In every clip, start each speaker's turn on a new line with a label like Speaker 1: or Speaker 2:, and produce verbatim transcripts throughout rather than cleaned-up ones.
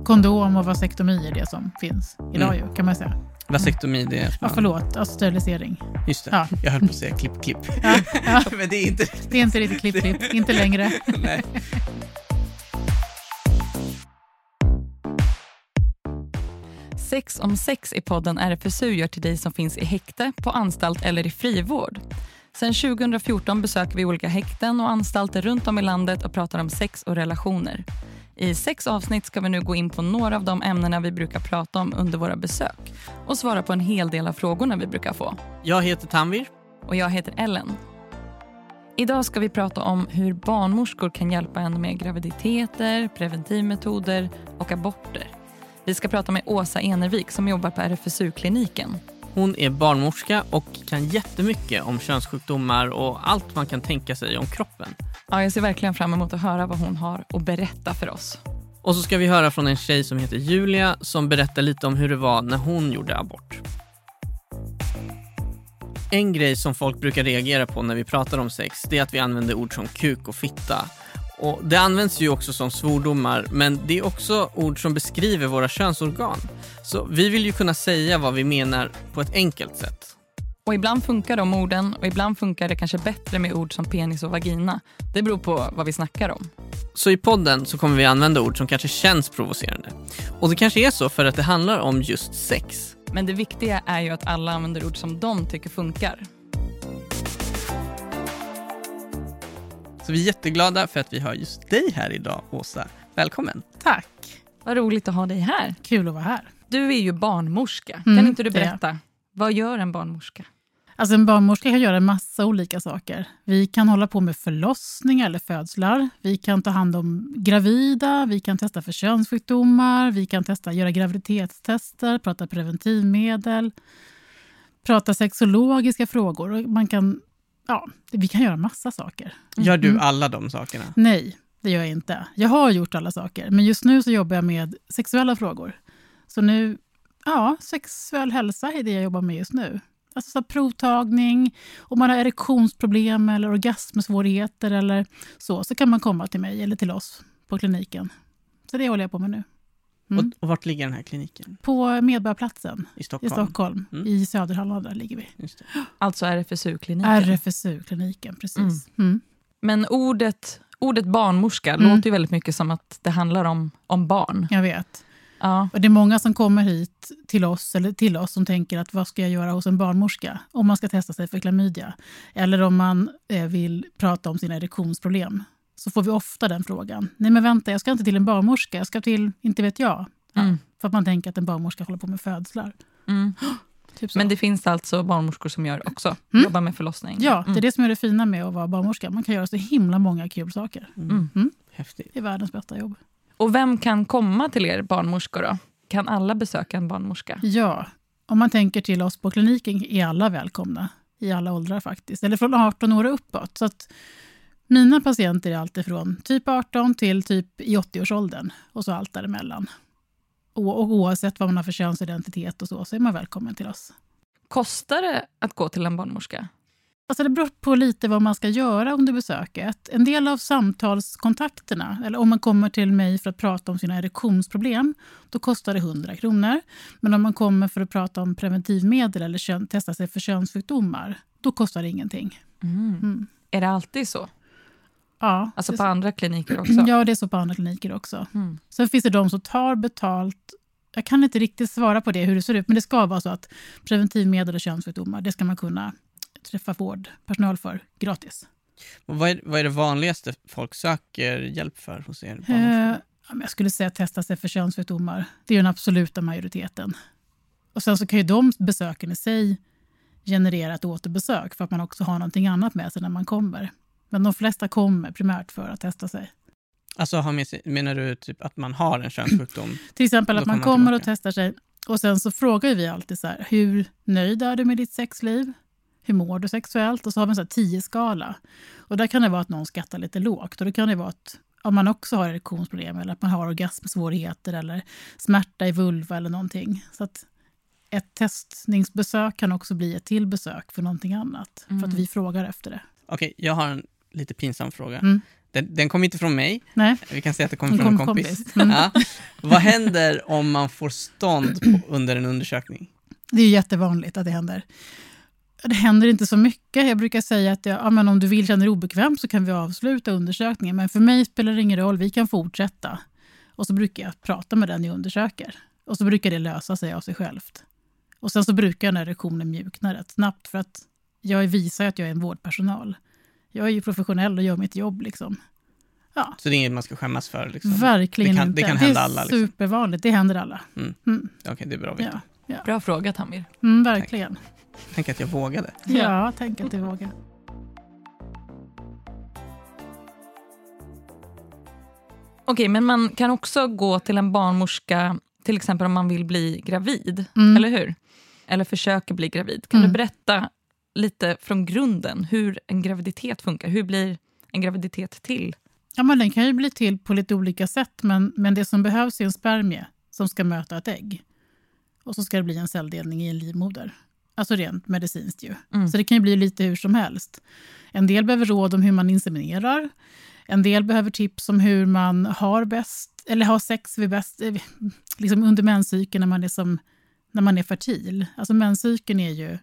Speaker 1: kondom och vasektomi är det som finns idag mm. ju, kan man säga.
Speaker 2: Vasektomi, det är... Man...
Speaker 1: Ja, förlåt. Alltså sterilisering.
Speaker 2: Just det.
Speaker 1: Ja.
Speaker 2: Jag höll på att säga klipp, klipp.
Speaker 1: Ja, ja.
Speaker 2: Men det är inte...
Speaker 1: Det är inte riktigt klipp, klipp. Inte längre.
Speaker 2: Nej.
Speaker 3: Sex om sex i podden R F S U gör till dig som finns i häkte, på anstalt eller i frivård. Sen tjugo fjorton besöker vi olika häkten och anstalter runt om i landet och pratar om sex och relationer. I sex avsnitt ska vi nu gå in på några av de ämnena vi brukar prata om under våra besök och svara på en hel del av frågorna vi brukar få.
Speaker 2: Jag heter Tanvir.
Speaker 3: Och jag heter Ellen. Idag ska vi prata om hur barnmorskor kan hjälpa en med graviditeter, preventivmetoder och aborter. Vi ska prata med Åsa Enervik som jobbar på R F S U-kliniken.
Speaker 2: Hon är barnmorska och kan jättemycket om könssjukdomar och allt man kan tänka sig om kroppen.
Speaker 3: Ja, jag ser verkligen fram emot att höra vad hon har att berätta för oss.
Speaker 2: Och så ska vi höra från en tjej som heter Julia som berättar lite om hur det var när hon gjorde abort. En grej som folk brukar reagera på när vi pratar om sex, det är att vi använder ord som kuk och fitta. Och det används ju också som svordomar, men det är också ord som beskriver våra könsorgan. Så vi vill ju kunna säga vad vi menar på ett enkelt sätt.
Speaker 3: Och ibland funkar de orden och ibland funkar det kanske bättre med ord som penis och vagina. Det beror på vad vi snackar om.
Speaker 2: Så i podden så kommer vi använda ord som kanske känns provocerande. Och det kanske är så för att det handlar om just sex.
Speaker 3: Men det viktiga är ju att alla använder ord som de tycker funkar.
Speaker 2: Så vi är jätteglada för att vi har just dig här idag, Åsa. Välkommen.
Speaker 1: Tack.
Speaker 3: Vad roligt att ha dig här.
Speaker 1: Kul att vara här.
Speaker 3: Du är ju barnmorska.
Speaker 1: Mm,
Speaker 3: kan inte du
Speaker 1: det
Speaker 3: berätta? Vad gör en barnmorska?
Speaker 1: Alltså en barnmorska kan göra en massa olika saker. Vi kan hålla på med förlossningar eller födslar. Vi kan ta hand om gravida. Vi kan testa för könssjukdomar. Vi kan testa, göra graviditetstester, prata preventivmedel, prata sexologiska frågor. Och man kan, ja, vi kan göra massa saker.
Speaker 2: Gör du
Speaker 1: Mm.
Speaker 2: alla de sakerna?
Speaker 1: Nej, det gör jag inte. Jag har gjort alla saker. Men just nu så jobbar jag med sexuella frågor. Så nu, ja, sexuell hälsa är det jag jobbar med just nu. Alltså så provtagning, om man har erektionsproblem eller orgasmsvårigheter eller så, så kan man komma till mig eller till oss på kliniken. Så det håller jag på med nu. Mm.
Speaker 2: Och, och vart ligger den här kliniken?
Speaker 1: På Medborgarplatsen
Speaker 2: I Stockholm.
Speaker 1: i Stockholm.
Speaker 2: Mm.
Speaker 1: I Söderhalland där ligger vi.
Speaker 2: Just det.
Speaker 3: Alltså R F S U-kliniken.
Speaker 1: R F S U-kliniken, precis.
Speaker 3: Mm.
Speaker 1: Mm.
Speaker 3: Men ordet, ordet barnmorska
Speaker 1: Mm.
Speaker 3: låter ju väldigt mycket som att det handlar om, om barn.
Speaker 1: Jag vet.
Speaker 3: Ja.
Speaker 1: Och det är många som kommer hit till oss eller till oss som tänker att vad ska jag göra hos en barnmorska om man ska testa sig för klamydia eller om man eh, vill prata om sina erektionsproblem, så får vi ofta den frågan. Nej men vänta, jag ska inte till en barnmorska, jag ska till, inte vet jag. Ja,
Speaker 3: Mm.
Speaker 1: för att man tänker att en barnmorska håller på med födslar.
Speaker 3: Mm.
Speaker 1: Typ så.
Speaker 3: Men det finns alltså barnmorskor som gör också,
Speaker 1: Mm.
Speaker 3: jobbar med förlossning.
Speaker 1: Ja, det är
Speaker 3: Mm.
Speaker 1: det som är det fina med att vara barnmorska. Man kan göra så himla många kul saker.
Speaker 2: Mm.
Speaker 1: Mm.
Speaker 2: Häftigt.
Speaker 1: Det är världens bästa jobb.
Speaker 3: Och vem kan komma till er barnmorskor då? Kan alla besöka en barnmorska?
Speaker 1: Ja, om man tänker till oss på kliniken är alla välkomna. I alla åldrar faktiskt. Eller från arton år och uppåt. Så att mina patienter är alltid från typ arton till typ i åttio-årsåldern. Och så allt däremellan. Och, och oavsett vad man har för könsidentitet och så, så är man välkommen till oss.
Speaker 3: Kostar det att gå till en barnmorska?
Speaker 1: Alltså det beror på lite vad man ska göra under besöket. En del av samtalskontakterna, eller om man kommer till mig för att prata om sina erektionsproblem, då kostar det hundra kronor. Men om man kommer för att prata om preventivmedel eller kön, testa sig för könssjukdomar, då kostar det ingenting.
Speaker 3: Mm.
Speaker 1: Mm.
Speaker 3: Är det alltid så?
Speaker 1: Ja,
Speaker 3: Alltså
Speaker 1: det,
Speaker 3: på andra kliniker också?
Speaker 1: ja, det är så på andra kliniker också.
Speaker 3: Mm.
Speaker 1: Sen finns det de som tar betalt. Jag kan inte riktigt svara på det, hur det ser ut, men det ska vara så att preventivmedel och könssjukdomar, det ska man kunna träffa vårdpersonal för gratis.
Speaker 2: Och vad, är, vad är det vanligaste folk söker hjälp för hos er
Speaker 1: Eh,
Speaker 2: barnmorskor?
Speaker 1: jag skulle säga testa sig för könssjukdomar. Det är ju den absoluta majoriteten. Och sen så kan ju de besöken i sig generera ett återbesök för att man också har någonting annat med sig när man kommer. Men de flesta kommer primärt för att testa sig.
Speaker 2: Alltså har med sig, menar du typ att man har en könssjukdom?
Speaker 1: Till exempel
Speaker 2: Då
Speaker 1: att man
Speaker 2: kommer man
Speaker 1: kommer och
Speaker 2: tillbaka.
Speaker 1: testar sig. Och sen så frågar vi alltid så här, hur nöjd är du med ditt sexliv? Hur mår du sexuellt? Och så har vi en sån här tio-skala. Och där kan det vara att någon skattar lite lågt. Och då kan det vara att om man också har erektionsproblem eller att man har orgasmsvårigheter eller smärta i vulva eller någonting. Så att ett testningsbesök kan också bli ett tillbesök för någonting annat.
Speaker 3: Mm.
Speaker 1: För att vi frågar efter det.
Speaker 2: Okej, jag har en lite pinsam fråga.
Speaker 1: Mm.
Speaker 2: Den, den kom inte från mig.
Speaker 1: Nej.
Speaker 2: Vi kan säga att det kommer
Speaker 1: Den
Speaker 2: från
Speaker 1: kom
Speaker 2: en kompis.
Speaker 1: kompis. Mm.
Speaker 2: Ja. Vad händer om man får stånd på, under en undersökning?
Speaker 1: Det är jättevanligt att det händer. Det händer inte så mycket. Jag brukar säga att ja, men om du vill känna dig obekväm så kan vi avsluta undersökningen. Men för mig spelar det ingen roll. Vi kan fortsätta. Och så brukar jag prata med den jag undersöker. Och så brukar det lösa sig av sig självt. Och sen så brukar den här reaktionen mjukna rätt snabbt. För att jag visar att jag är en vårdpersonal. Jag är ju professionell och gör mitt jobb liksom. Ja.
Speaker 2: Så det är inget man ska skämmas för? Liksom.
Speaker 1: Verkligen
Speaker 2: det kan,
Speaker 1: inte.
Speaker 2: Det kan hända alla.
Speaker 1: Det är
Speaker 2: liksom.
Speaker 1: supervanligt. Det händer alla.
Speaker 2: Mm.
Speaker 1: Mm.
Speaker 2: Okej, okay, det är bra att veta.
Speaker 1: Ja. Ja.
Speaker 3: Bra fråga, Tamir.
Speaker 1: Mm, verkligen.
Speaker 2: Tack. Tänk att jag vågade.
Speaker 1: Ja, tänk att du vågar.
Speaker 3: Okej, men man kan också gå till en barnmorska, till exempel om man vill bli gravid,
Speaker 1: Mm.
Speaker 3: eller hur? Eller försöker bli gravid. Kan
Speaker 1: Mm.
Speaker 3: du berätta lite från grunden hur en graviditet funkar? Hur blir en graviditet till?
Speaker 1: Ja, men den kan ju bli till på lite olika sätt, men, men det som behövs är en spermie som ska möta ett ägg. Och så ska det bli en celldelning i en livmoder. Alltså rent medicinskt ju.
Speaker 3: Mm.
Speaker 1: Så det kan ju bli lite hur som helst. En del behöver råd om hur man inseminerar. En del behöver tips om hur man har bäst, eller har sex vid bäst, liksom under menscykeln när man är, som, när man är fertil. Alltså menscykeln är ju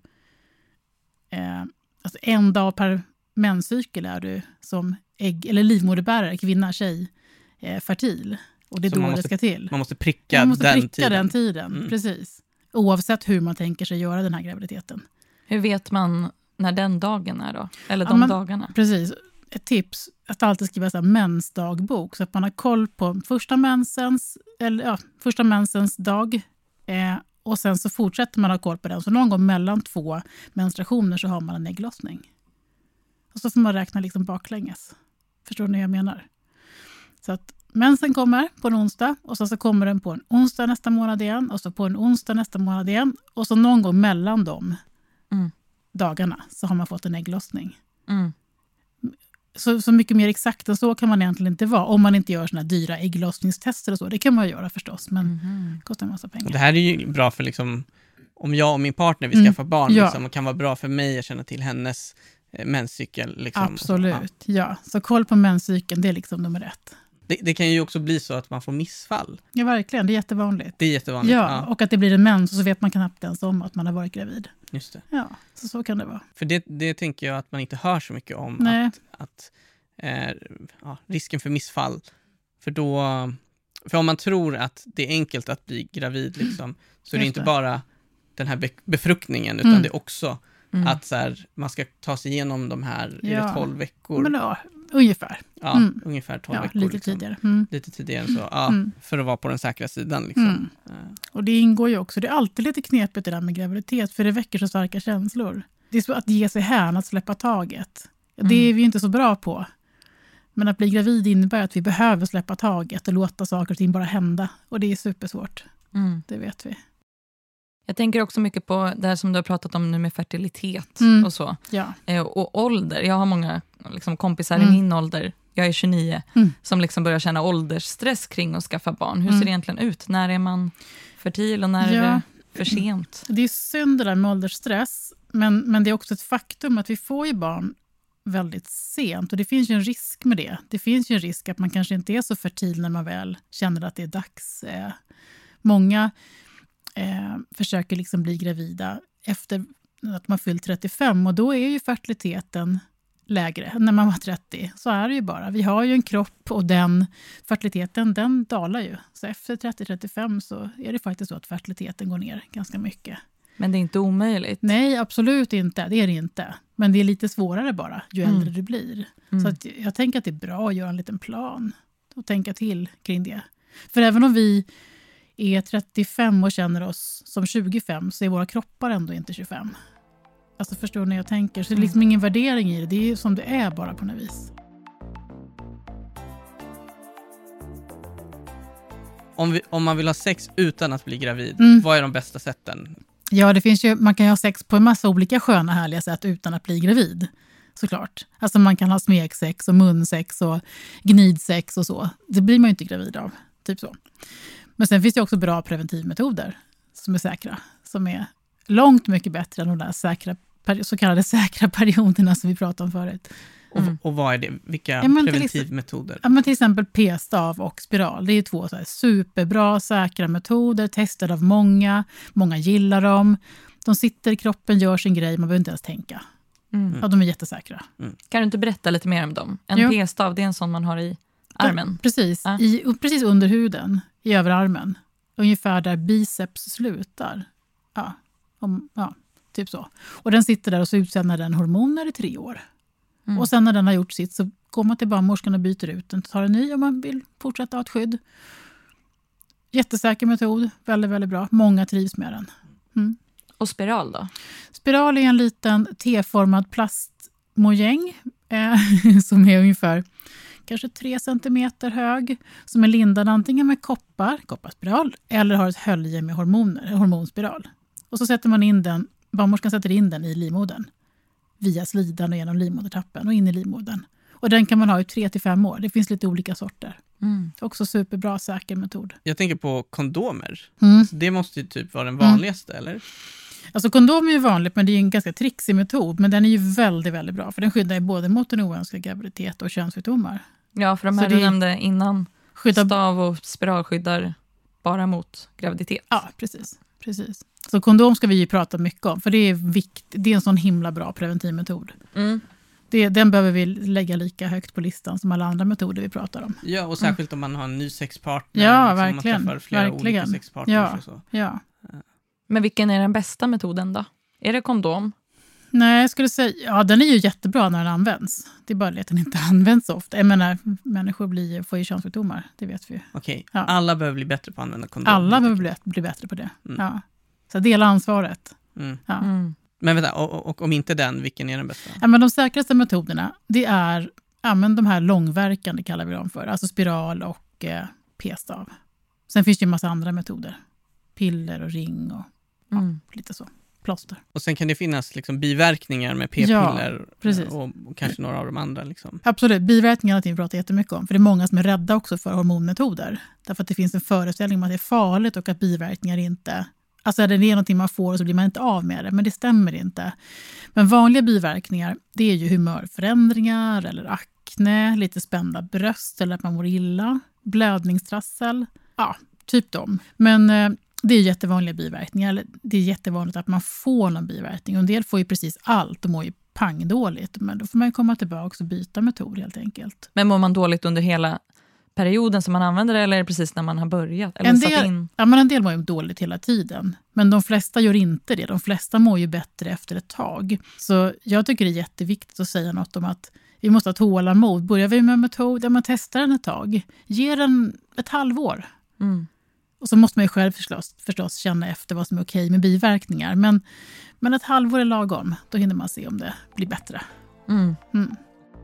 Speaker 1: eh, alltså en dag per menscykel är du som ägg, eller livmoderbärare, kvinna, tjej, eh, fertil. Och det är
Speaker 2: Så
Speaker 1: då
Speaker 2: man
Speaker 1: det
Speaker 2: måste,
Speaker 1: ska till.
Speaker 2: Man måste pricka,
Speaker 1: man måste
Speaker 2: den,
Speaker 1: pricka
Speaker 2: tiden.
Speaker 1: den tiden.
Speaker 2: Mm.
Speaker 1: Precis. Oavsett hur man tänker sig göra den här graviditeten.
Speaker 3: Hur vet man när den dagen är då? Eller
Speaker 1: Ja,
Speaker 3: de
Speaker 1: men-
Speaker 3: dagarna?
Speaker 1: Precis. Ett tips att alltid skriva så här mensdagbok så att man har koll på första mensens, eller, ja, första mensens dag eh, och sen så fortsätter man ha koll på den. Så någon gång mellan två menstruationer så har man en ägglossning. Och så får man räkna liksom baklänges. Förstår ni hur jag menar? Så att mensen kommer på en onsdag och så, så kommer den på en onsdag nästa månad igen och så på en onsdag nästa månad igen och så någon gång mellan de
Speaker 3: Mm.
Speaker 1: dagarna så har man fått en ägglossning.
Speaker 3: Mm.
Speaker 1: Så, så mycket mer exakt än så kan man egentligen inte vara om man inte gör såna här dyra ägglossningstester och så. Det kan man göra förstås, men
Speaker 3: Mhm.
Speaker 1: det kostar en massa pengar.
Speaker 2: Och det här är ju bra för liksom, om jag och min partner vill
Speaker 1: Mm.
Speaker 2: skaffa barn
Speaker 1: Ja.
Speaker 2: liksom, och kan vara bra för mig att känna till hennes eh, menscykel. Liksom, och så. Ja.
Speaker 1: Absolut, ja. Så koll på menscykeln, det är liksom nummer ett.
Speaker 2: Det, det kan ju också bli så att man får missfall.
Speaker 1: Ja, verkligen. Det är jättevanligt.
Speaker 2: Det är jättevanligt.
Speaker 1: Ja,
Speaker 2: Ja,
Speaker 1: och att det blir en mens och så vet man knappt ens om att man har varit gravid.
Speaker 2: just det.
Speaker 1: Ja, så så kan det vara.
Speaker 2: För det, det tänker jag att man inte hör så mycket om.
Speaker 1: Nej.
Speaker 2: Att, att eh, ja, risken för missfall. För då, för om man tror att det är enkelt att bli gravid liksom, så är det
Speaker 1: Just
Speaker 2: inte
Speaker 1: det.
Speaker 2: bara den här be- befruktningen utan
Speaker 1: Mm.
Speaker 2: det är också
Speaker 3: Mm.
Speaker 2: att så här, man ska ta sig igenom de här är
Speaker 1: Ja.
Speaker 2: det tolv veckor.
Speaker 1: Men ja, ungefär.
Speaker 2: ja,
Speaker 1: mm.
Speaker 2: ungefär tolv
Speaker 1: Ja,
Speaker 2: veckor.
Speaker 1: lite
Speaker 2: liksom.
Speaker 1: tidigare. Mm.
Speaker 2: Lite tidigare än så. Ja,
Speaker 1: Mm.
Speaker 2: för att vara på den säkra sidan. Liksom.
Speaker 1: Mm.
Speaker 2: Eh,
Speaker 1: Och det ingår ju också, det är alltid lite knepigt det där med graviditet, för det väcker så starka känslor. Det är så att ge sig hän, att släppa taget. Det
Speaker 3: Mm.
Speaker 1: är vi inte så bra på. Men att bli gravid innebär att vi behöver släppa taget och låta saker och ting bara hända. Och det är supersvårt,
Speaker 3: Mm.
Speaker 1: det vet vi.
Speaker 3: Jag tänker också mycket på det här som du har pratat om nu med fertilitet
Speaker 1: Mm.
Speaker 3: och så.
Speaker 1: Ja.
Speaker 3: Eh, och ålder. Jag har många liksom, kompisar
Speaker 1: Mm.
Speaker 3: i min ålder, jag är tjugonio,
Speaker 1: Mm.
Speaker 3: som liksom börjar känna åldersstress kring att skaffa barn. Hur
Speaker 1: Mm.
Speaker 3: ser det egentligen ut? När är man fertil och när
Speaker 1: Ja.
Speaker 3: är det för sent?
Speaker 1: Det är synd det där med åldersstress, men, men det är också ett faktum att vi får ju barn väldigt sent. Och det finns ju en risk med det. Det finns ju en risk att man kanske inte är så fertil när man väl känner att det är dags. Eh, många eh, försöker liksom bli gravida efter att man fyllt trettiofem och då är ju fertiliteten lägre när man var trettio. Så är det ju bara. Vi har ju en kropp och den fertiliteten den dalar ju. Så efter trettio till trettiofem så är det faktiskt så att fertiliteten går ner ganska mycket.
Speaker 3: Men det är inte omöjligt.
Speaker 1: Nej, absolut inte. Det är det inte. Men det är lite svårare bara ju
Speaker 3: Mm.
Speaker 1: äldre du blir.
Speaker 3: Mm.
Speaker 1: Så att jag tänker att det är bra att göra en liten plan och tänka till kring det. För även om vi är trettiofem och känner oss som tjugofem så är våra kroppar ändå inte tjugofem. Alltså förstår ni när jag tänker? Så det är liksom ingen värdering i det. Det är ju som det är bara på något vis.
Speaker 2: om, vi, om man vill ha sex utan att bli gravid,
Speaker 1: Mm.
Speaker 2: vad är de bästa sätten?
Speaker 1: Ja, det finns ju, man kan ju ha sex på en massa olika sköna härliga sätt utan att bli gravid. Såklart. Alltså man kan ha smeksex och munsex och gnidsex och så. Det blir man ju inte gravid av. Typ så. Men sen finns det också bra preventivmetoder som är säkra. Som är långt mycket bättre än de där säkra, så kallade säkra perioderna som vi pratade om förut.
Speaker 2: Och,
Speaker 1: Mm.
Speaker 2: och vad är det? Vilka
Speaker 1: Ja, men till
Speaker 2: preventivmetoder?
Speaker 1: Ja, men till exempel p-stav och spiral. Det är två så här superbra, säkra metoder, testade av många. Många gillar dem. De sitter i kroppen, gör sin grej, man behöver inte ens tänka.
Speaker 3: Mm.
Speaker 1: Ja, de är jättesäkra.
Speaker 3: Mm. Kan du inte berätta lite mer om dem? En
Speaker 1: Jo.
Speaker 3: p-stav, det är en sån man har i armen.
Speaker 1: Ja, precis,
Speaker 3: Ja.
Speaker 1: I, precis under huden, i överarmen. Ungefär där biceps slutar. Ja, om, ja, typ så. Och den sitter där och så utsänner den hormoner i tre år.
Speaker 3: Mm.
Speaker 1: Och sen när den har gjort sitt så går man till barnmorskan och byter ut den. Tar en ny om man vill fortsätta ha ett skydd. Jättesäker metod, väldigt, väldigt bra. Många trivs med den. Mm.
Speaker 3: Och spiral då?
Speaker 1: Spiral är en liten T-formad plastmojäng eh, som är ungefär kanske tre centimeter hög, som är lindad antingen med koppar, kopparspiral, eller har ett hölje med hormoner, hormonspiral. Och så sätter man in den, barnmorskan sätter in den i livmodern via slidan och genom livmodertappen och in i livmodern. Och den kan man ha i tre till fem år. Det finns lite olika sorter.
Speaker 3: Mm.
Speaker 1: Också superbra, säker metod.
Speaker 2: Jag tänker på kondomer.
Speaker 1: Mm.
Speaker 2: Det måste ju typ vara den vanligaste, mm. eller?
Speaker 1: Alltså kondom är ju vanligt, men det är en ganska trixig metod. Men den är ju väldigt, väldigt bra. För den skyddar ju både mot en oönskad graviditet och könssjukdomar.
Speaker 3: Ja, för de här
Speaker 1: Så
Speaker 3: du
Speaker 1: det-
Speaker 3: nämnde innan,
Speaker 1: Skydda...
Speaker 3: stav och spiral skyddar bara mot graviditet.
Speaker 1: Ja, precis. precis. Så kondom ska vi ju prata mycket om. För det är, vikt... det är en sån himla bra preventivmetod.
Speaker 3: Mm.
Speaker 1: Det, den behöver vi lägga lika högt på listan som alla andra metoder vi pratar om.
Speaker 2: Ja, och särskilt om man har en ny sexpartner.
Speaker 1: Ja,
Speaker 2: liksom,
Speaker 1: verkligen,
Speaker 2: Man träffar flera
Speaker 1: verkligen.
Speaker 2: olika sexpartners
Speaker 1: Ja.
Speaker 2: och så.
Speaker 1: Ja.
Speaker 3: Men vilken är den bästa metoden då? Är det kondom?
Speaker 1: Nej, jag skulle säga, ja, den är ju jättebra när den används. Det är bara det att den inte används så ofta. Jag menar, människor blir, får ju könssjukdomar, det vet vi ju.
Speaker 2: Okej,
Speaker 1: Ja.
Speaker 2: alla behöver bli bättre på att använda kondom.
Speaker 1: Alla
Speaker 2: helt
Speaker 1: behöver
Speaker 2: enkelt.
Speaker 1: bli, bli bättre på det.
Speaker 2: Mm.
Speaker 1: Ja. Så dela ansvaret.
Speaker 2: Mm.
Speaker 1: Ja.
Speaker 3: Mm.
Speaker 2: Men vänta, och, och, och om inte den, vilken är den bästa?
Speaker 1: Ja, men de säkraste metoderna, det är ja, men de här långverkande kallar vi dem för. Alltså spiral och eh, p-stav. Sen finns det ju en massa andra metoder. Piller och ring och ja,
Speaker 3: Mm.
Speaker 1: lite så. Plåster.
Speaker 2: Och sen kan det finnas liksom biverkningar med p-piller
Speaker 1: precis.
Speaker 2: och, och kanske några av de andra. Liksom.
Speaker 1: Absolut, biverkningar är något vi pratar jättemycket om. För det är många som är rädda också för hormonmetoder. Därför att det finns en föreställning om att det är farligt och att biverkningar inte... Alltså det är någonting man får och så blir man inte av med det. Men det stämmer inte. Men vanliga biverkningar, det är ju humörförändringar eller akne, lite spända bröst eller att man mår illa, blödningstrassel. Ja, typ dem. Men eh, det är jättevanliga biverkningar. Eller det är jättevanligt att man får någon biverkning. Och en del får ju precis allt och mår ju pangdåligt. Men då får man ju komma tillbaka och byta metod helt enkelt.
Speaker 3: Men mår man dåligt under hela perioden som man använder det, eller är det precis när man har börjat? Eller
Speaker 1: En
Speaker 3: satt
Speaker 1: del,
Speaker 3: in?
Speaker 1: ja, men en del mår ju dåligt hela tiden. Men de flesta gör inte det. De flesta mår ju bättre efter ett tag. Så jag tycker det är jätteviktigt att säga något om att vi måste ha tålamod. Börjar vi med en metod, ja, man testar den ett tag. Ge den ett halvår.
Speaker 3: Mm.
Speaker 1: Och så måste man ju själv förstås, förstås känna efter vad som är okej med biverkningar. Men, men ett halvår är lagom. Då hinner man se om det blir bättre.
Speaker 3: Mm.
Speaker 1: Mm.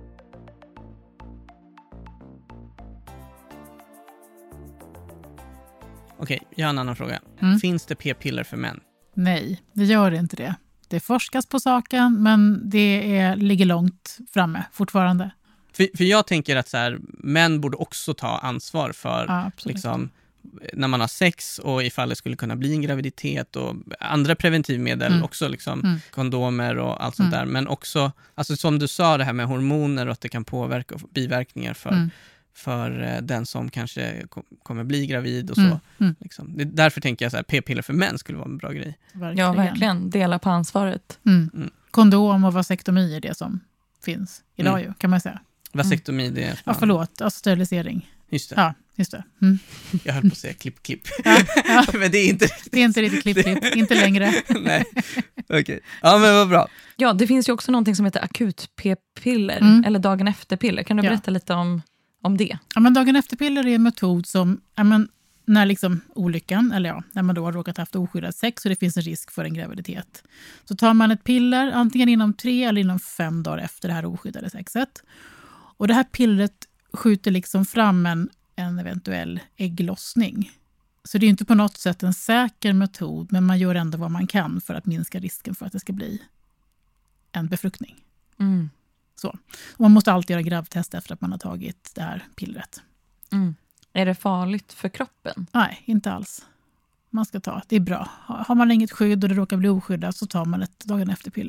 Speaker 2: Okej, jag har en annan fråga.
Speaker 1: Mm.
Speaker 2: Finns det p-piller för män?
Speaker 1: Nej, det gör inte det. Det forskas på saken, men det är, ligger långt framme fortfarande.
Speaker 2: För, för jag tänker att så här, män borde också ta ansvar för
Speaker 1: Ja, absolut.
Speaker 2: liksom, när man har sex och ifall det skulle kunna bli en graviditet och andra preventivmedel
Speaker 1: Mm.
Speaker 2: också, liksom,
Speaker 1: Mm.
Speaker 2: kondomer och allt sånt
Speaker 1: Mm.
Speaker 2: där. Men också, alltså, som du sa, det här med hormoner och att det kan påverka och biverkningar för,
Speaker 1: Mm.
Speaker 2: för eh, den som kanske kom, kommer bli gravid och så.
Speaker 1: Mm. Mm.
Speaker 2: Liksom. Det, därför tänker jag att p-piller för män skulle vara en bra grej.
Speaker 1: Verkligen.
Speaker 3: Ja, verkligen. Dela på ansvaret.
Speaker 1: Mm.
Speaker 2: Mm.
Speaker 1: Kondom och vasektomi är det som finns idag
Speaker 2: Mm.
Speaker 1: ju, kan man säga.
Speaker 2: Vasektomi, det är...
Speaker 1: Ja, förlåt. Alltså sterilisering.
Speaker 2: Just det,
Speaker 1: Ja, just det. Mm.
Speaker 2: jag höll på att säga klipp, klipp.
Speaker 1: Ja, ja.
Speaker 2: Men det är inte...
Speaker 1: Det är inte riktigt klipp-klipp. Inte längre.
Speaker 2: Nej, okej. Ja, men vad bra.
Speaker 3: Ja, det finns ju också någonting som heter akut-p-piller,
Speaker 1: Mm.
Speaker 3: eller dagen efter-piller. Kan du
Speaker 1: Ja.
Speaker 3: berätta lite om, om det?
Speaker 1: Ja, men dagen efter-piller är en metod som, ja, men, när liksom olyckan, eller ja, när man då har råkat haft oskyddad sex och det finns en risk för en graviditet. Så tar man ett piller, antingen inom tre eller inom fem dagar efter det här oskyddade sexet. Och det här pillret skjuter liksom fram en, en eventuell ägglossning. Så det är inte på något sätt en säker metod, men man gör ändå vad man kan för att minska risken för att det ska bli en befruktning.
Speaker 3: Mm.
Speaker 1: Så. Och man måste alltid göra gravtest efter att man har tagit det här pillret.
Speaker 3: Mm. Är det farligt för kroppen?
Speaker 1: Nej, inte alls. Man ska ta, det är bra. Har man inget skydd och det råkar bli oskyddat så tar man ett dagen efter piller.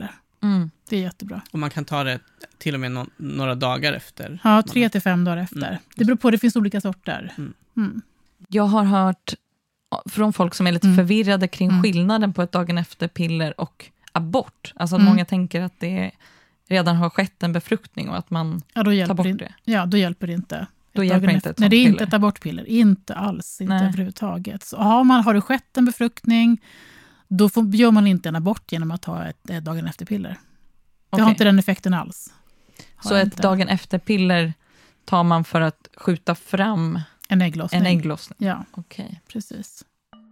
Speaker 3: Mm.
Speaker 1: Det är jättebra.
Speaker 2: Och man kan ta det till och med no- några dagar efter.
Speaker 1: Ja, tre till fem dagar efter.
Speaker 2: Mm.
Speaker 1: Det beror på, det finns olika sorter.
Speaker 2: Mm.
Speaker 1: Mm.
Speaker 3: Jag har hört från folk som är lite
Speaker 1: Mm.
Speaker 3: förvirrade kring
Speaker 1: Mm.
Speaker 3: skillnaden på ett dagen efter-piller och abort. Alltså att
Speaker 1: Mm.
Speaker 3: många tänker att det redan har skett en befruktning och att man
Speaker 1: Ja, då
Speaker 3: tar
Speaker 1: hjälper
Speaker 3: bort
Speaker 1: det.
Speaker 3: det.
Speaker 1: Ja, då hjälper det inte.
Speaker 3: Då
Speaker 1: Ett
Speaker 3: hjälper
Speaker 1: dagen
Speaker 3: inte ett
Speaker 1: efter- Nej, det är
Speaker 3: sånt
Speaker 1: inte
Speaker 3: piller.
Speaker 1: ett abortpiller. Inte alls. Inte
Speaker 3: Nej.
Speaker 1: överhuvudtaget. Så har, man, har du skett en befruktning, då får, gör man inte en abort genom att ta ett, ett dagen efter-piller. Det
Speaker 3: Okej.
Speaker 1: har inte den effekten alls. Har
Speaker 3: Så ett
Speaker 1: inte.
Speaker 3: dagen efter-piller tar man för att skjuta fram
Speaker 1: En ägglossning.
Speaker 3: en ägglossning?
Speaker 1: Ja,
Speaker 3: Okej.
Speaker 1: precis.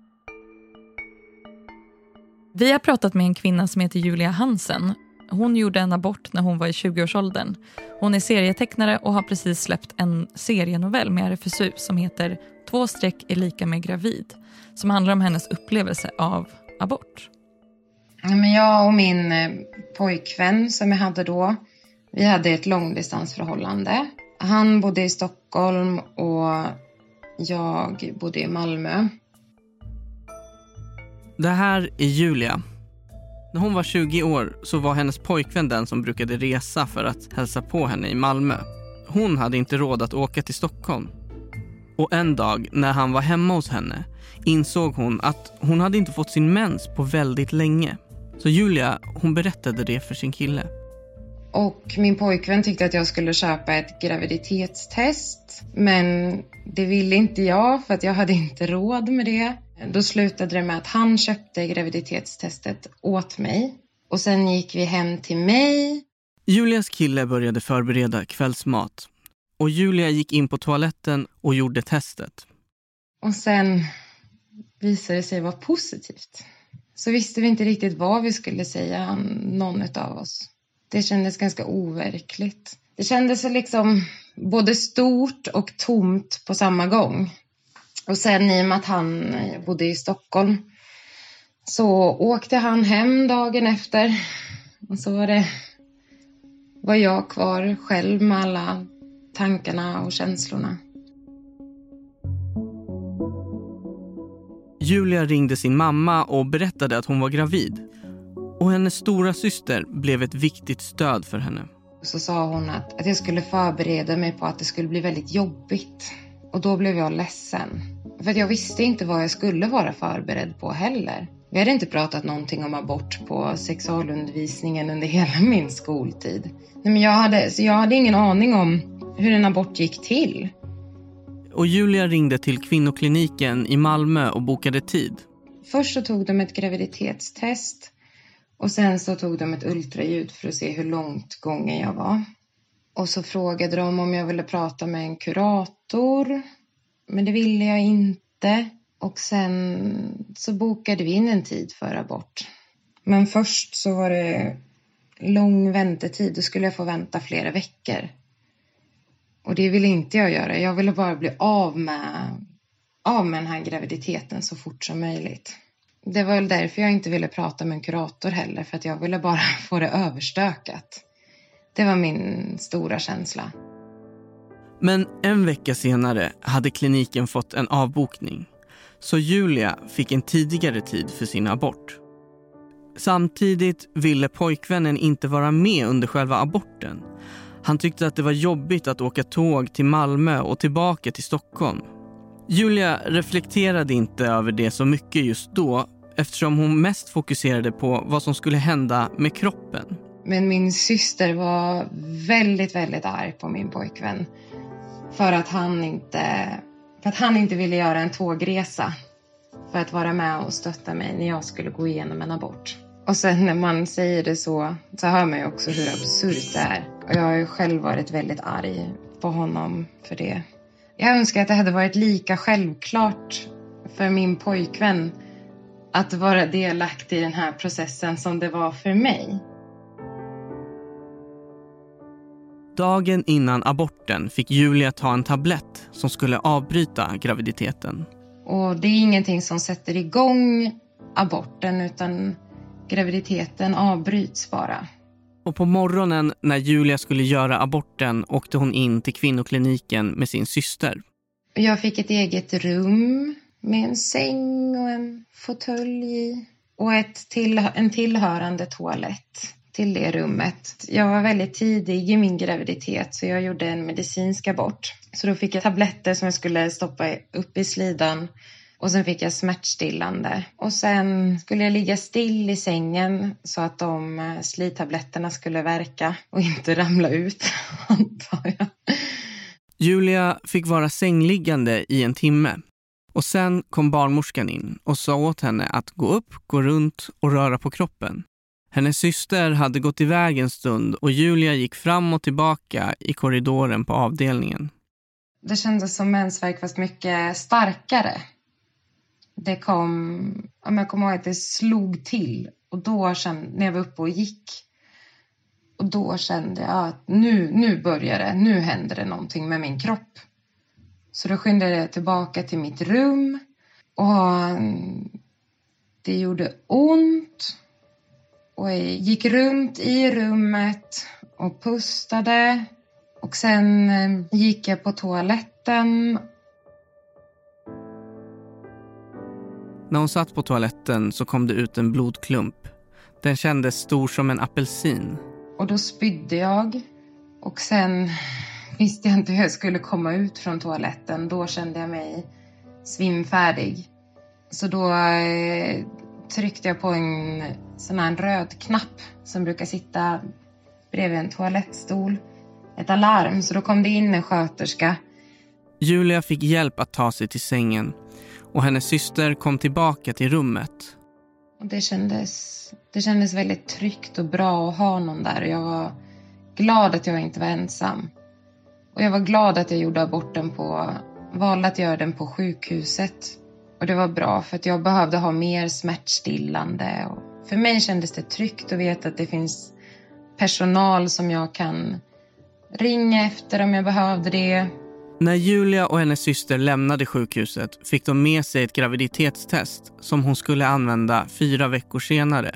Speaker 3: Vi har pratat med en kvinna som heter Julia Hansen. Hon gjorde en abort när hon var i tjugoårsåldern. Hon är serietecknare och har precis släppt en serienovell med R F S U som heter Två streck är lika med gravid. Som handlar om hennes upplevelse av abort.
Speaker 4: Men jag och min eh, pojkvän som jag hade då, vi hade ett långdistansförhållande. Han bodde i Stockholm och jag bodde i Malmö.
Speaker 2: Det här är Julia. När hon var tjugo år så var hennes pojkvän den som brukade resa för att hälsa på henne i Malmö. Hon hade inte råd att åka till Stockholm. Och en dag när han var hemma hos henne insåg hon att hon hade inte fått sin mens på väldigt länge. Så Julia, hon berättade det för sin kille.
Speaker 4: Och min pojkvän tyckte att jag skulle köpa ett graviditetstest. Men det ville inte jag för att jag hade inte råd med det. Då slutade det med att han köpte graviditetstestet åt mig. Och sen gick vi hem till mig.
Speaker 2: Julias kille började förbereda kvällsmat. Och Julia gick in på toaletten och gjorde testet.
Speaker 4: Och sen visade det sig vara positivt. Så visste vi inte riktigt vad vi skulle säga, någon av oss. Det kändes ganska overkligt. Det kändes liksom både stort och tomt på samma gång. Och sen i och med att han bodde i Stockholm så åkte han hem dagen efter. Och så var det var jag kvar själv med alla tankarna och känslorna.
Speaker 2: Julia ringde sin mamma och berättade att hon var gravid. Och hennes stora syster blev ett viktigt stöd för henne.
Speaker 4: Så sa hon att, att jag skulle förbereda mig på att det skulle bli väldigt jobbigt. Och då blev jag ledsen. För att jag visste inte vad jag skulle vara förberedd på heller. Vi hade inte pratat någonting om abort på sexualundervisningen under hela min skoltid. Nej, men jag hade, så jag hade ingen aning om hur en abort gick till.
Speaker 2: Och Julia ringde till kvinnokliniken i Malmö och bokade tid.
Speaker 4: Först så tog de ett graviditetstest. Och sen så tog de ett ultraljud för att se hur långt gången jag var. Och så frågade de om jag ville prata med en kurator. Men det ville jag inte. Och sen så bokade vi in en tid för abort. Men först så var det lång väntetid. Då skulle jag få vänta flera veckor. Och det ville inte jag göra. Jag ville bara bli av med, av med den här graviditeten så fort som möjligt. Det var väl därför jag inte ville prata med en kurator heller. För att jag ville bara få det överstökat. Det var min stora känsla.
Speaker 2: Men en vecka senare hade kliniken fått en avbokning. Så Julia fick en tidigare tid för sin abort. Samtidigt ville pojkvännen inte vara med under själva aborten. Han tyckte att det var jobbigt att åka tåg till Malmö och tillbaka till Stockholm. Julia reflekterade inte över det så mycket just då eftersom hon mest fokuserade på vad som skulle hända med kroppen.
Speaker 4: Men min syster var väldigt, väldigt arg på min pojkvän. För att han inte, för att han inte ville göra en tågresa. För att vara med och stötta mig när jag skulle gå igenom en abort. Och sen när man säger det så, så hör man ju också hur absurt det är. Och jag har ju själv varit väldigt arg på honom för det. Jag önskar att det hade varit lika självklart för min pojkvän att vara delaktig i den här processen som det var för mig.
Speaker 2: Dagen innan aborten fick Julia ta en tablett som skulle avbryta graviditeten.
Speaker 4: Och det är ingenting som sätter igång aborten utan graviditeten avbryts bara.
Speaker 2: Och på morgonen när Julia skulle göra aborten åkte hon in till kvinnokliniken med sin syster.
Speaker 4: Jag fick ett eget rum med en säng och en fåtölj i. Och ett till, en tillhörande toalett till det rummet. Jag var väldigt tidig i min graviditet så jag gjorde en medicinsk abort. Så då fick jag tabletter som jag skulle stoppa upp i slidan. Och sen fick jag smärtstillande. Och sen skulle jag ligga still i sängen så att de slidtabletterna skulle verka och inte ramla ut, antar jag.
Speaker 2: Julia fick vara sängliggande i en timme. Och sen kom barnmorskan in och sa åt henne att gå upp, gå runt och röra på kroppen. Hennes syster hade gått iväg en stund och Julia gick fram och tillbaka i korridoren på avdelningen.
Speaker 4: Det kändes som mensvärk fast mycket starkare. Det kom, om jag kommer ihåg att det slog till och då kände, när jag var uppe och gick. Och då kände jag att nu, nu börjar det, nu händer det någonting med min kropp. Så då skyndade jag tillbaka till mitt rum och det gjorde ont. Och jag gick runt i rummet och pustade. Och sen gick jag på toaletten.
Speaker 2: När hon satt på toaletten så kom det ut en blodklump. Den kändes stor som en apelsin.
Speaker 4: Och då spydde jag. Och sen visste jag inte hur jag skulle komma ut från toaletten. Då kände jag mig svimfärdig. Så då eh, tryckte jag på en sån här röd knapp som brukar sitta bredvid en toalettstol. Ett alarm, så då kom det in en sköterska.
Speaker 2: Julia fick hjälp att ta sig till sängen och hennes syster kom tillbaka till rummet.
Speaker 4: Och det kändes, det kändes väldigt tryggt och bra att ha någon där. Och jag var glad att jag inte var ensam. Och jag var glad att jag gjorde aborten på, valde att göra den på sjukhuset. Och det var bra för att jag behövde ha mer smärtstillande. Och för mig kändes det tryggt att veta att det finns personal som jag kan ringa efter om jag behövde det.
Speaker 2: När Julia och hennes syster lämnade sjukhuset fick de med sig ett graviditetstest som hon skulle använda fyra veckor senare.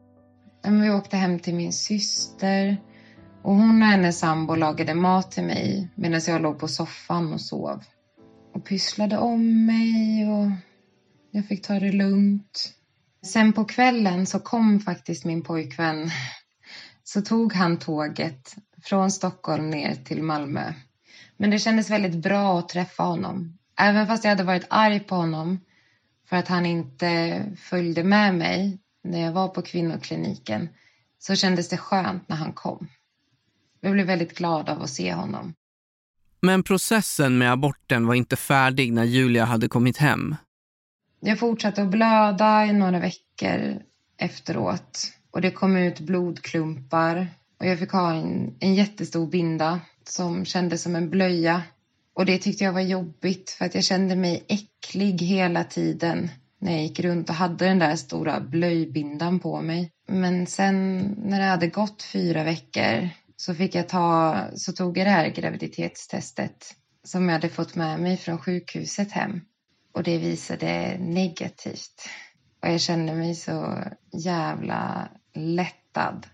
Speaker 4: Vi åkte hem till min syster och hon och hennes sambo lagade mat till mig medan jag låg på soffan och sov. Och pysslade om mig och jag fick ta det lugnt. Sen på kvällen så kom faktiskt min pojkvän. Så tog han tåget från Stockholm ner till Malmö. Men det kändes väldigt bra att träffa honom. Även fast jag hade varit arg på honom för att han inte följde med mig när jag var på kvinnokliniken, så kändes det skönt när han kom. Jag blev väldigt glad av att se honom.
Speaker 2: Men processen med aborten var inte färdig när Julia hade kommit hem.
Speaker 4: Jag fortsatte att blöda i några veckor efteråt. Och det kom ut blodklumpar. Och jag fick ha en, en jättestor binda som kändes som en blöja. Och det tyckte jag var jobbigt för att jag kände mig äcklig hela tiden när jag gick runt och hade den där stora blöjbindan på mig. Men sen när det hade gått fyra veckor så fick jag ta, så tog jag det här graviditetstestet som jag hade fått med mig från sjukhuset hem. Och det visade negativt. Och jag kände mig så jävla lättad.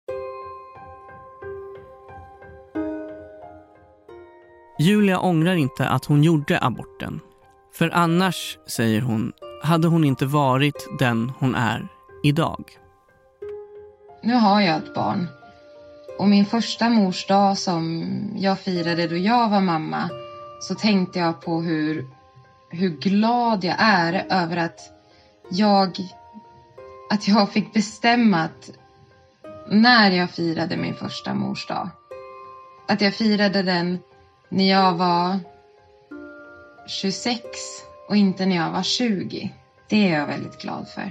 Speaker 2: Julia ångrar inte att hon gjorde aborten. För annars, säger hon, hade hon inte varit den hon är idag.
Speaker 4: Nu har jag ett barn. Och min första mors dag som jag firade då jag var mamma, så tänkte jag på hur, hur glad jag är över att jag, att jag fick bestämma att när jag firade min första mors dag. Att jag firade den när jag var tjugosex och inte när jag var tjugo. Det är jag väldigt glad för.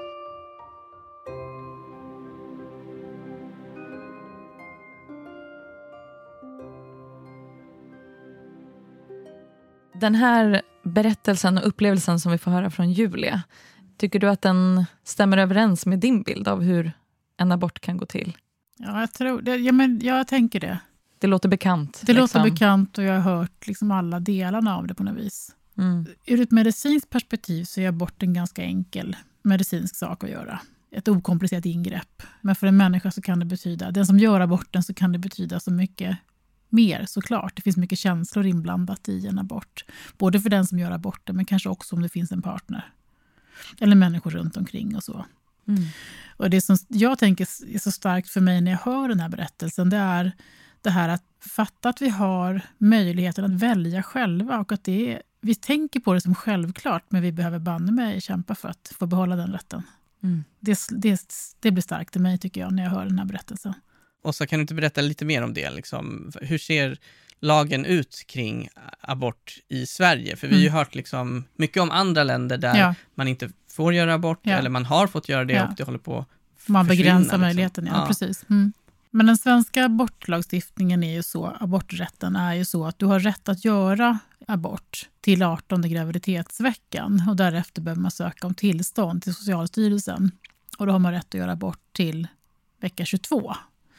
Speaker 3: Den här berättelsen och upplevelsen som vi får höra från Julia, tycker du att den stämmer överens med din bild av hur en abort kan gå till?
Speaker 1: Ja, jag tror det. Ja, men jag tänker det.
Speaker 3: Det låter bekant.
Speaker 1: Det
Speaker 3: liksom.
Speaker 1: låter bekant och jag har hört liksom alla delarna av det på något vis.
Speaker 3: Mm.
Speaker 1: Ur ett medicinskt perspektiv så är abort en ganska enkel medicinsk sak att göra. Ett okomplicerat ingrepp. Men för en människa så kan det betyda, den som gör aborten, så kan det betyda så mycket mer såklart. Det finns mycket känslor inblandat i en abort. Både för den som gör aborten men kanske också om det finns en partner. Eller människor runt omkring och så.
Speaker 3: Mm.
Speaker 1: Och det som jag tänker är så starkt för mig när jag hör den här berättelsen, det är det här att fatta att vi har möjligheten att välja själva och att det är, vi tänker på det som självklart, men vi behöver banne mig kämpa för att få behålla den rätten. Mm. Det, det, det blir starkt i mig tycker jag när jag hör den här berättelsen.
Speaker 2: Och så kan du inte berätta lite mer om det? Liksom, hur ser lagen ut kring abort i Sverige? För vi har ju mm. hört liksom mycket om andra länder där ja. man inte får göra abort ja. eller man har fått göra det ja. och det håller på att
Speaker 1: man begränsar liksom.
Speaker 2: möjligheten.
Speaker 1: Ja, ja. precis. Mm. Men den svenska abortlagstiftningen är ju så, aborträtten är ju så att du har rätt att göra abort till artonde graviditetsveckan och därefter behöver man söka om tillstånd till Socialstyrelsen och då har man rätt att göra abort till vecka tjugotvå.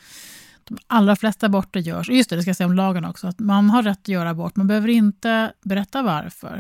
Speaker 1: De allra flesta aborter görs, just det, det ska jag säga om lagen också, att man har rätt att göra abort, man behöver inte berätta varför.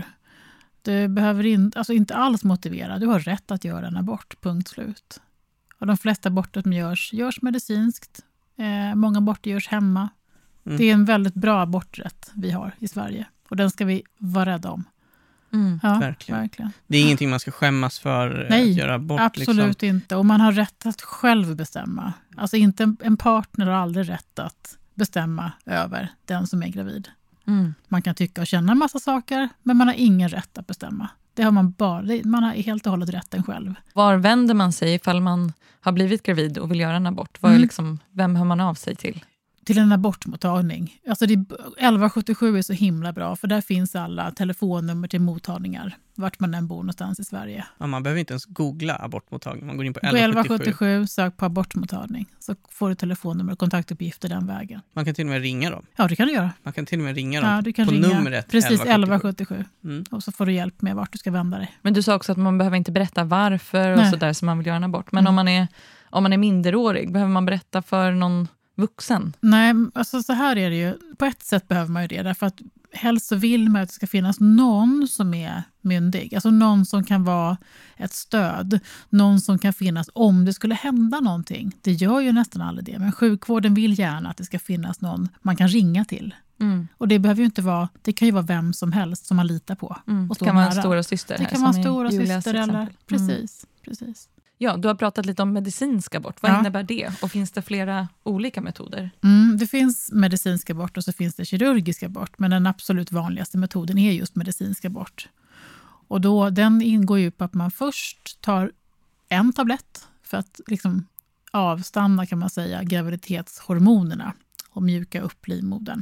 Speaker 1: Du behöver in, alltså inte alls motivera, du har rätt att göra en abort, punkt slut. Och de flesta aborter som görs, görs medicinskt. Eh, många aborter görs hemma. Mm. Det är en väldigt bra aborträtt vi har i Sverige. Och den ska vi vara rädda om.
Speaker 2: Mm. Ja, verkligen. verkligen. Det är ingenting man ska skämmas för.
Speaker 1: Nej,
Speaker 2: att göra abort.
Speaker 1: Absolut
Speaker 2: liksom.
Speaker 1: inte. Och man har rätt att själv bestämma. Alltså inte en partner har aldrig rätt att bestämma över den som är gravid. Mm. Man kan tycka och känna en massa saker, men man har ingen rätt att bestämma. Det har man bara, man har helt och hållet rätten själv.
Speaker 3: Var vänder man sig ifall man har blivit gravid och vill göra en abort? Var är liksom, vem hör man av sig till?
Speaker 1: Till en abortmottagning. Alltså det, elva sjuttiosju är så himla bra för där finns alla telefonnummer till mottagningar vart man än bor någonstans i Sverige.
Speaker 2: Ja, man behöver inte ens googla abortmottagning. Man går in på elva sjuttiosju,
Speaker 1: sök på abortmottagning så får du telefonnummer och kontaktuppgifter den vägen.
Speaker 2: Man kan till och med ringa dem.
Speaker 1: Ja, det kan du göra.
Speaker 2: Man kan till och med ringa dem
Speaker 1: ja, du kan
Speaker 2: på
Speaker 1: ringa.
Speaker 2: numret
Speaker 1: precis, elva sjuttiosju. Mm. Och så får du hjälp med vart du ska vända dig.
Speaker 3: Men du sa också att man behöver inte berätta varför och så där som man vill göra en abort. Men mm. om man är om man är minderårig, behöver man berätta för någon vuxen?
Speaker 1: Nej, alltså så här är det ju. På ett sätt behöver man ju det. Därför att helst så vill man att det ska finnas någon som är myndig. Alltså någon som kan vara ett stöd. Någon som kan finnas om det skulle hända någonting. Det gör ju nästan aldrig det. Men sjukvården vill gärna att det ska finnas någon man kan ringa till. Mm. Och det behöver ju inte vara, det kan ju vara vem som helst som man litar på.
Speaker 3: Mm. Det kan vara en stora syster.
Speaker 1: Det kan vara en stora syster eller, precis, mm. precis.
Speaker 3: Ja, du har pratat lite om medicinsk abort. Vad ja. innebär det? Och finns det flera olika metoder?
Speaker 1: Mm, det finns medicinsk abort och så finns det kirurgisk abort. Men den absolut vanligaste metoden är just medicinsk abort. Och då, den ingår ju på att man först tar en tablett för att liksom avstanna kan man säga graviditetshormonerna och mjuka upp livmodern.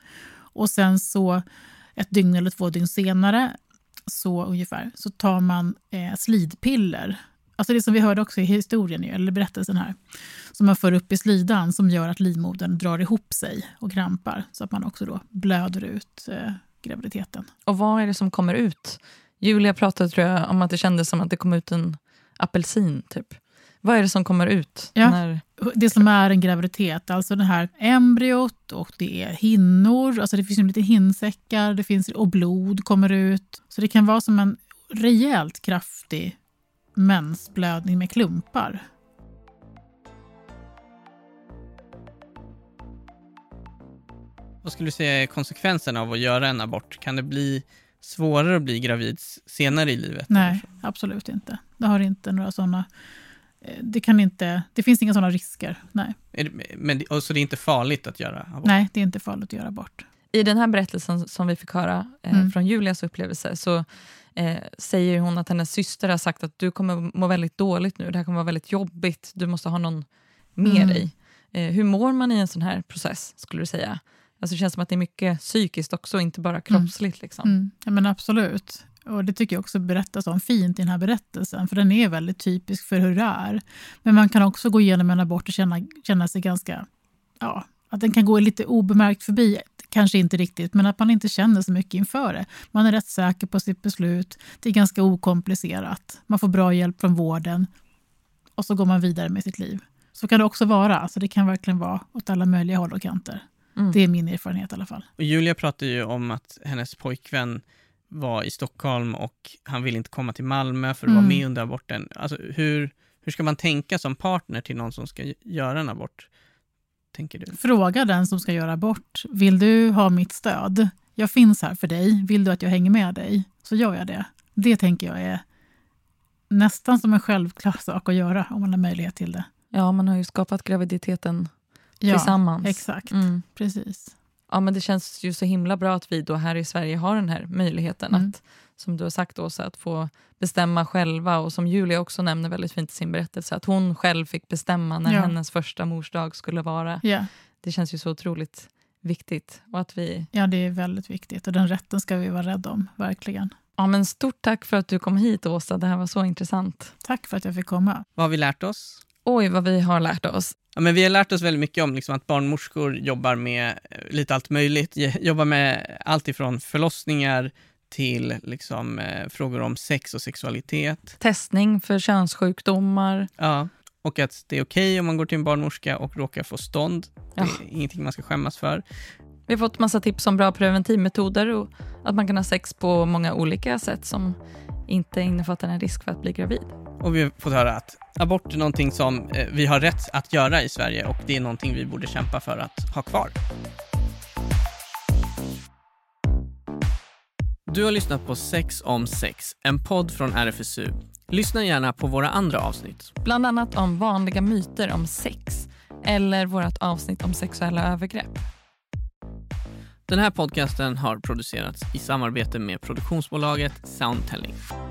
Speaker 1: Och sen så ett dygn eller två dygn senare så ungefär så tar man eh, slidpiller. Alltså det som vi hörde också i historien, eller berättelsen här, som man för upp i slidan som gör att livmodern drar ihop sig och krampar så att man också då blöder ut eh, graviditeten.
Speaker 3: Och vad är det som kommer ut? Julia pratade tror jag om att det kändes som att det kom ut en apelsin typ. Vad är det som kommer ut?
Speaker 1: Ja,
Speaker 3: när...
Speaker 1: det som är en graviditet, alltså det här embryot och det är hinnor, alltså det finns ju lite hinnsäckar, det finns, och blod kommer ut. Så det kan vara som en rejält kraftig mensblödning med klumpar.
Speaker 2: Vad skulle du säga är konsekvenserna av att göra en abort? Kan det bli svårare att bli gravid senare i livet?
Speaker 1: Nej, absolut inte. Det har inte några sådana... Det, kan inte, det finns inga sådana risker, nej.
Speaker 2: Är det, men, och så det är inte farligt att göra abort?
Speaker 1: Nej, det är inte farligt att göra abort.
Speaker 3: I den här berättelsen som vi fick höra eh, mm. från Julias upplevelse så eh, säger hon att hennes syster har sagt att du kommer må väldigt dåligt nu. Det här kommer vara väldigt jobbigt. Du måste ha någon med mm. dig. Eh, hur mår man i en sån här process skulle du säga? Alltså det känns som att det är mycket psykiskt också, inte bara kroppsligt. Mm. Liksom.
Speaker 1: Mm. Ja, men absolut. Och det tycker jag också berättas om fint i den här berättelsen. För den är väldigt typisk för hur det är. Men man kan också gå igenom en abort och känna, känna sig ganska... Ja, att den kan gå lite obemärkt förbi. Kanske inte riktigt, men att man inte känner så mycket inför det. Man är rätt säker på sitt beslut. Det är ganska okomplicerat. Man får bra hjälp från vården. Och så går man vidare med sitt liv. Så kan det också vara. Alltså det kan verkligen vara åt alla möjliga håll och kanter. Mm. Det är min erfarenhet i alla fall.
Speaker 2: Och Julia pratade ju om att hennes pojkvän var i Stockholm och han ville inte komma till Malmö för att mm. vara med under aborten. Alltså hur, hur ska man tänka som partner till någon som ska göra en abort? Tänker du?
Speaker 1: Fråga den som ska göra abort. Vill du ha mitt stöd? Jag finns här för dig. Vill du att jag hänger med dig? Så gör jag det. Det tänker jag är nästan som en självklar sak att göra om man har möjlighet till det.
Speaker 3: Ja, man har ju skapat graviditeten
Speaker 1: Ja,
Speaker 3: tillsammans.
Speaker 1: Exakt,
Speaker 3: Mm.
Speaker 1: precis.
Speaker 3: Ja, men det känns ju så himla bra att vi då här i Sverige har den här möjligheten
Speaker 1: Mm.
Speaker 3: att, som du har sagt Åsa, att få bestämma själva. Och som Julia också nämner väldigt fint i sin berättelse, att hon själv fick bestämma när
Speaker 1: Ja.
Speaker 3: hennes första morsdag skulle vara.
Speaker 1: Ja.
Speaker 3: Det känns ju så otroligt viktigt. Och att vi...
Speaker 1: ja, det är väldigt viktigt och den rätten ska vi vara rädda om, verkligen.
Speaker 3: Ja, men stort tack för att du kom hit, Åsa. Det här var så intressant.
Speaker 1: Tack för att jag fick komma.
Speaker 2: Vad har vi lärt oss?
Speaker 3: Oj, vad vi har lärt oss.
Speaker 2: Ja, men vi har lärt oss väldigt mycket om liksom, att barnmorskor jobbar med lite allt möjligt. Jobbar med allt ifrån förlossningar till liksom, eh, frågor om sex och sexualitet.
Speaker 3: Testning för könssjukdomar.
Speaker 2: Ja, och att det är okej om man går till en barnmorska och råkar få stånd. Det är
Speaker 3: Ja.
Speaker 2: ingenting man ska skämmas för.
Speaker 3: Vi har fått massa tips om bra preventivmetoder och att man kan ha sex på många olika sätt som inte innefattar en risk för att bli gravid.
Speaker 2: Och vi har fått höra att abort är någonting som eh, vi har rätt att göra i Sverige och det är någonting vi borde kämpa för att ha kvar. Du har lyssnat på Sex om sex, en podd från R F S U. Lyssna gärna på våra andra avsnitt.
Speaker 3: Bland annat om vanliga myter om sex eller vårt avsnitt om sexuella övergrepp.
Speaker 2: Den här podcasten har producerats i samarbete med produktionsbolaget Soundtelling.